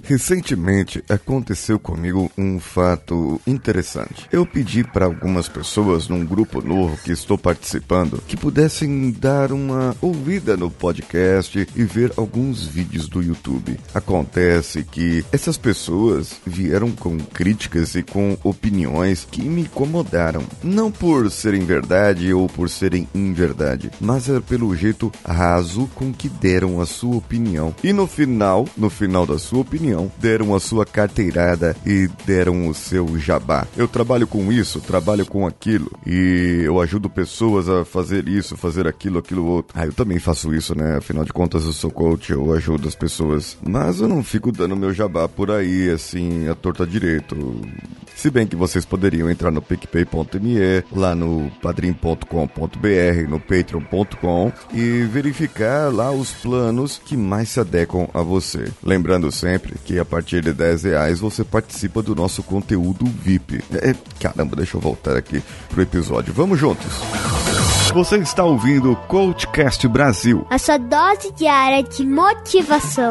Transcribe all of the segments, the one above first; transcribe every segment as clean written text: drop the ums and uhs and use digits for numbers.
Recentemente aconteceu comigo um fato interessante. Eu pedi para algumas pessoas num grupo novo que estou participando que pudessem dar uma ouvida no podcast e ver alguns vídeos do YouTube. Acontece que essas pessoas vieram com críticas e com opiniões que me incomodaram. Não por serem verdade ou por serem inverdade, mas é pelo jeito raso com que deram a sua opinião. E no final da sua opinião, deram a sua carteirada e deram o seu jabá. Eu trabalho com isso, trabalho com aquilo e eu ajudo pessoas a fazer isso, fazer aquilo outro. Eu também faço isso, né? Afinal de contas eu sou coach, eu ajudo as pessoas. Mas eu não fico dando meu jabá por aí, assim, à torta direito. Se bem que vocês poderiam entrar no picpay.me, lá no padrim.com.br, no patreon.com e verificar lá os planos que mais se adequam a você. Lembrando sempre que a partir de R$10 você participa do nosso conteúdo VIP. Caramba, deixa eu voltar aqui pro episódio. Vamos juntos! Você está ouvindo o Coachcast Brasil, a sua dose diária de motivação.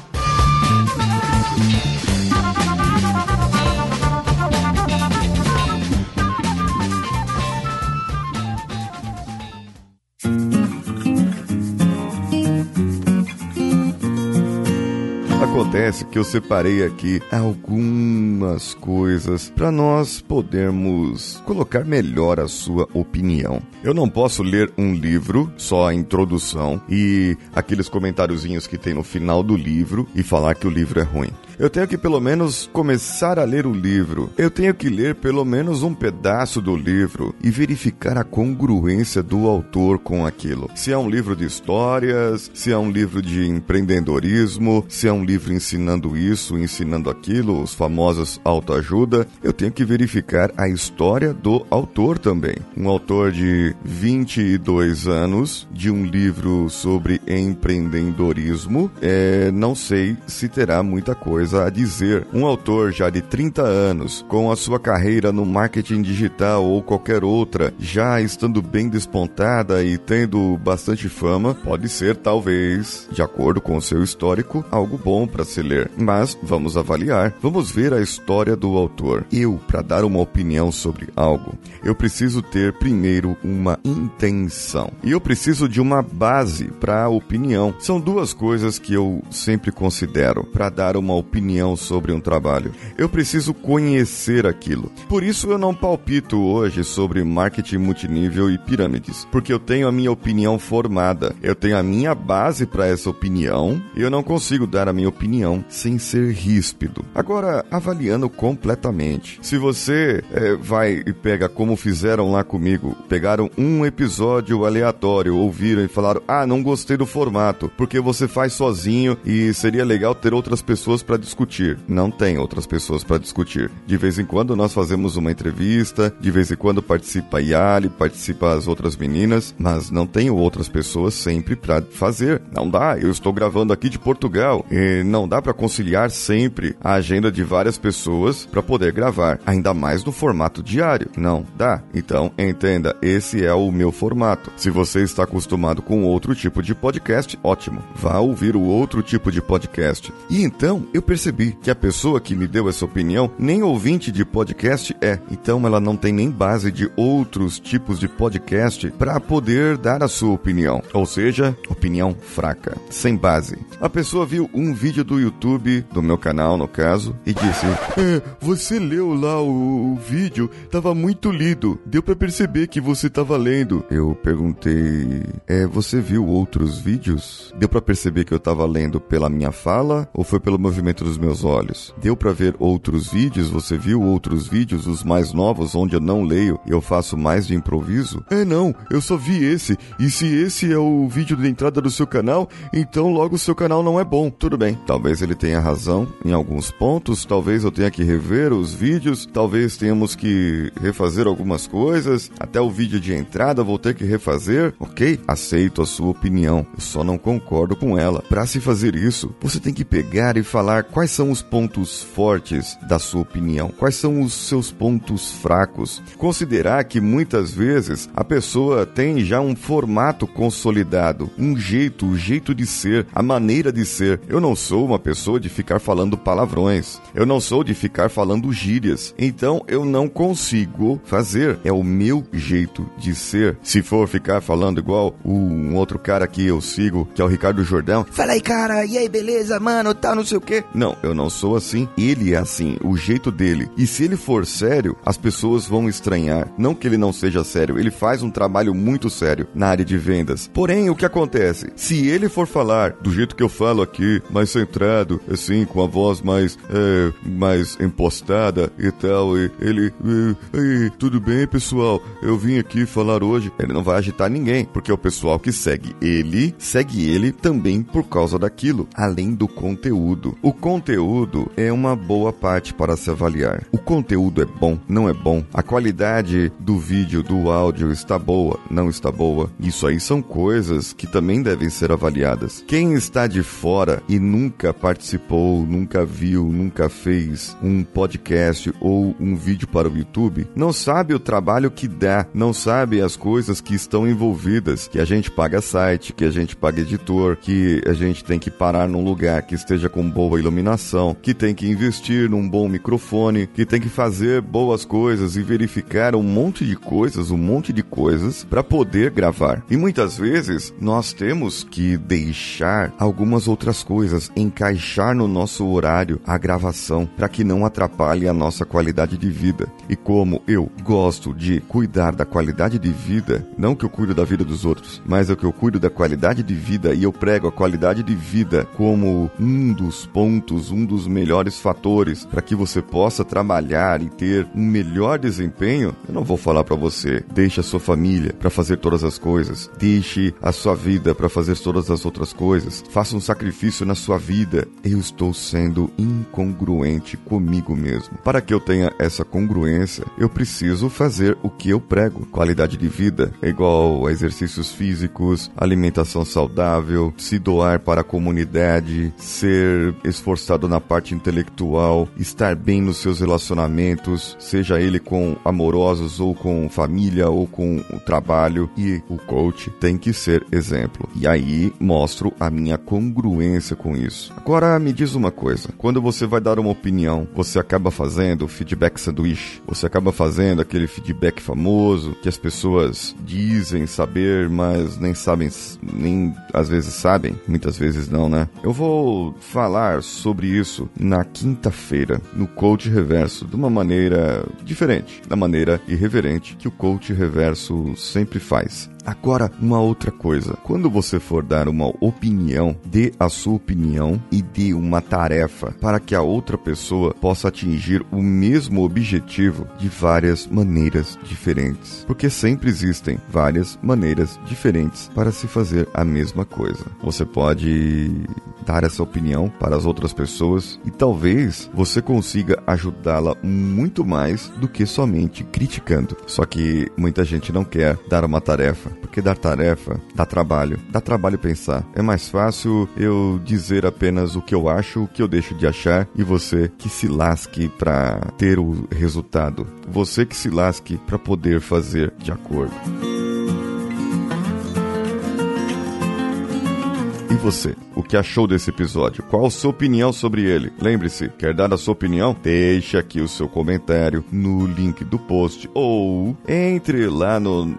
Acontece que eu separei aqui algumas coisas para nós podermos colocar melhor a sua opinião. Eu não posso ler um livro, só a introdução e aqueles comentáriozinhos que tem no final do livro e falar que o livro é ruim. Eu tenho que pelo menos começar a ler o livro. Eu tenho que ler pelo menos um pedaço do livro e verificar a congruência do autor com aquilo. Se é um livro de histórias, se é um livro de empreendedorismo, se é um livro ensinando isso, ensinando aquilo, os famosos autoajuda, eu tenho que verificar a história do autor também. Um autor de 22 anos, de um livro sobre empreendedorismo, não sei se terá muita coisa a dizer. Um autor já de 30 anos, com a sua carreira no marketing digital ou qualquer outra, já estando bem despontada e tendo bastante fama, pode ser, talvez, de acordo com o seu histórico, algo bom para se ler. Mas vamos avaliar, vamos ver a história do autor. Para dar uma opinião sobre algo, eu preciso ter primeiro uma intenção. E eu preciso de uma base para a opinião. São duas coisas que eu sempre considero para dar uma opinião sobre um trabalho. Eu preciso conhecer aquilo. Por isso eu não palpito hoje sobre marketing multinível e pirâmides, porque eu tenho a minha opinião formada. Eu tenho a minha base para essa opinião e eu não consigo dar a minha opinião sem ser ríspido. Agora, avaliando completamente. Se você vai e pega como fizeram lá comigo, pegaram um episódio aleatório, ouviram e falaram, não gostei do formato, porque você faz sozinho e seria legal ter outras pessoas para discutir. Não tem outras pessoas para discutir. De vez em quando nós fazemos uma entrevista, de vez em quando participa a Yali, participa as outras meninas, mas não tenho outras pessoas sempre para fazer. Não dá, eu estou gravando aqui de Portugal e não dá para conciliar sempre a agenda de várias pessoas para poder gravar, ainda mais no formato diário. Não dá. Então, entenda, esse é o meu formato. Se você está acostumado com outro tipo de podcast, ótimo. Vá ouvir o outro tipo de podcast. E então, eu percebi que a pessoa que me deu essa opinião nem ouvinte de podcast é. Então ela não tem nem base de outros tipos de podcast para poder dar a sua opinião. Ou seja, opinião fraca, sem base. A pessoa viu um vídeo do YouTube, do meu canal no caso, e disse, você leu lá o vídeo, tava muito lido, deu para perceber que você tava lendo. Eu perguntei, você viu outros vídeos? Deu para perceber que eu tava lendo pela minha fala ou foi pelo movimento dos meus olhos? Deu pra ver outros vídeos? Você viu outros vídeos, os mais novos, onde eu não leio e eu faço mais de improviso? Não, eu só vi esse. E se esse é o vídeo de entrada do seu canal, então logo o seu canal não é bom. Tudo bem, talvez ele tenha razão em alguns pontos, talvez eu tenha que rever os vídeos, talvez tenhamos que refazer algumas coisas, até o vídeo de entrada vou ter que refazer. Ok, aceito a sua opinião, eu só não concordo com ela. Pra se fazer isso, você tem que pegar e falar quais são os pontos fortes da sua opinião, quais são os seus pontos fracos. Considerar que muitas vezes a pessoa tem já um formato consolidado, o jeito de ser, a maneira de ser. Eu não sou uma pessoa de ficar falando palavrões, eu não sou de ficar falando gírias, então eu não consigo fazer, é o meu jeito de ser. Se for ficar falando igual um outro cara que eu sigo, que é o Ricardo Jordão, fala aí cara, e aí beleza mano, tá não sei o que. Não, eu não sou assim, ele é assim, o jeito dele. E se ele for sério, as pessoas vão estranhar. Não que ele não seja sério, ele faz um trabalho muito sério na área de vendas. Porém, o que acontece? Se ele for falar do jeito que eu falo aqui, mais centrado, assim, com a voz mais impostada e tal, e ele, tudo bem pessoal, eu vim aqui falar hoje, ele não vai agitar ninguém, porque o pessoal que segue ele também por causa daquilo, além do conteúdo. O conteúdo é uma boa parte para se avaliar. O conteúdo é bom, não é bom. A qualidade do vídeo, do áudio está boa, não está boa. Isso aí são coisas que também devem ser avaliadas. Quem está de fora e nunca participou, nunca viu, nunca fez um podcast ou um vídeo para o YouTube, não sabe o trabalho que dá, não sabe as coisas que estão envolvidas, que a gente paga site, que a gente paga editor, que a gente tem que parar num lugar que esteja com boa iluminação, que tem que investir num bom microfone, que tem que fazer boas coisas e verificar um monte de coisas para poder gravar. E muitas vezes nós temos que deixar algumas outras coisas, encaixar no nosso horário a gravação para que não atrapalhe a nossa qualidade de vida. E como eu gosto de cuidar da qualidade de vida, não que eu cuido da vida dos outros, mas é que eu cuido da qualidade de vida e eu prego a qualidade de vida como um dos pontos, um dos melhores fatores para que você possa trabalhar e ter um melhor desempenho, eu não vou falar para você, deixe a sua família para fazer todas as coisas, deixe a sua vida para fazer todas as outras coisas, faça um sacrifício na sua vida. Eu estou sendo incongruente comigo mesmo. Para que eu tenha essa congruência, eu preciso fazer o que eu prego. Qualidade de vida é igual a exercícios físicos, alimentação saudável, se doar para a comunidade, ser esforçado na parte intelectual, estar bem nos seus relacionamentos, seja ele com amorosos ou com família ou com o trabalho, e o coach tem que ser exemplo. E aí mostro a minha congruência com isso. Agora me diz uma coisa, quando você vai dar uma opinião, você acaba fazendo feedback sanduíche, você acaba fazendo aquele feedback famoso que as pessoas dizem saber, mas nem sabem, nem às vezes sabem, muitas vezes não, né? Eu vou falar sobre isso na quinta-feira, no Coach Reverso, de uma maneira diferente, da maneira irreverente que o Coach Reverso sempre faz. Agora, uma outra coisa. Quando você for dar uma opinião, dê a sua opinião e dê uma tarefa para que a outra pessoa possa atingir o mesmo objetivo de várias maneiras diferentes. Porque sempre existem várias maneiras diferentes para se fazer a mesma coisa. Você pode dar essa opinião para as outras pessoas e talvez você consiga ajudá-la muito mais do que somente criticando. Só que muita gente não quer dar uma tarefa, porque dar tarefa dá trabalho pensar. É mais fácil eu dizer apenas o que eu acho, o que eu deixo de achar, e você que se lasque para ter o resultado. Você que se lasque para poder fazer de acordo. E você, o que achou desse episódio? Qual a sua opinião sobre ele? Lembre-se, quer dar a sua opinião? Deixe aqui o seu comentário no link do post ou entre lá no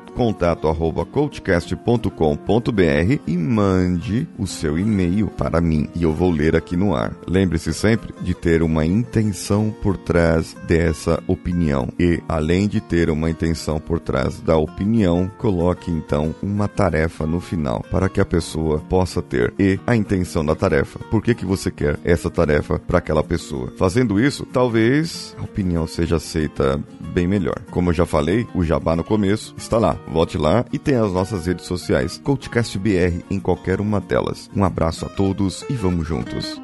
contato@coachcast.com.br e mande o seu e-mail para mim e eu vou ler aqui no ar. Lembre-se sempre de ter uma intenção por trás dessa opinião e, além de ter uma intenção por trás da opinião, coloque então uma tarefa no final para que a pessoa possa ter e a intenção da tarefa. Por que você quer essa tarefa para aquela pessoa? Fazendo isso, talvez a opinião seja aceita bem melhor. Como eu já falei, o jabá no começo está lá. Volte lá e tem as nossas redes sociais. Coachcast BR em qualquer uma delas. Um abraço a todos e vamos juntos.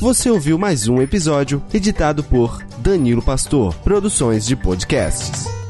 Você ouviu mais um episódio editado por Danilo Pastor, Produções de Podcasts.